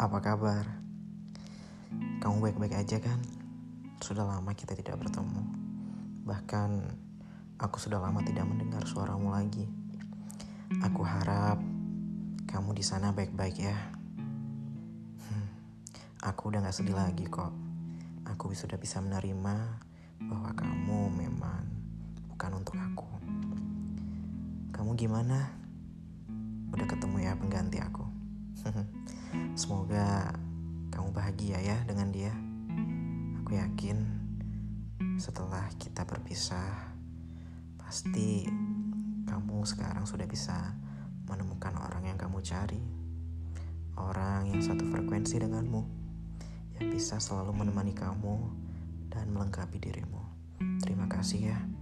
Apa kabar? Kamu baik-baik aja kan? Sudah lama kita tidak bertemu. Bahkan aku sudah lama tidak mendengar suaramu lagi. Aku harap kamu di sana baik-baik ya. Aku udah gak sedih lagi kok. Aku sudah bisa menerima bahwa kamu memang bukan untuk aku. Kamu gimana? Udah ketemu ya pengganti aku. Semoga kamu bahagia ya dengan dia. Aku yakin setelah kita berpisah, pasti kamu sekarang sudah bisa menemukan orang yang kamu cari. Orang yang satu frekuensi denganmu, yang bisa selalu menemani kamu dan melengkapi dirimu. Terima kasih ya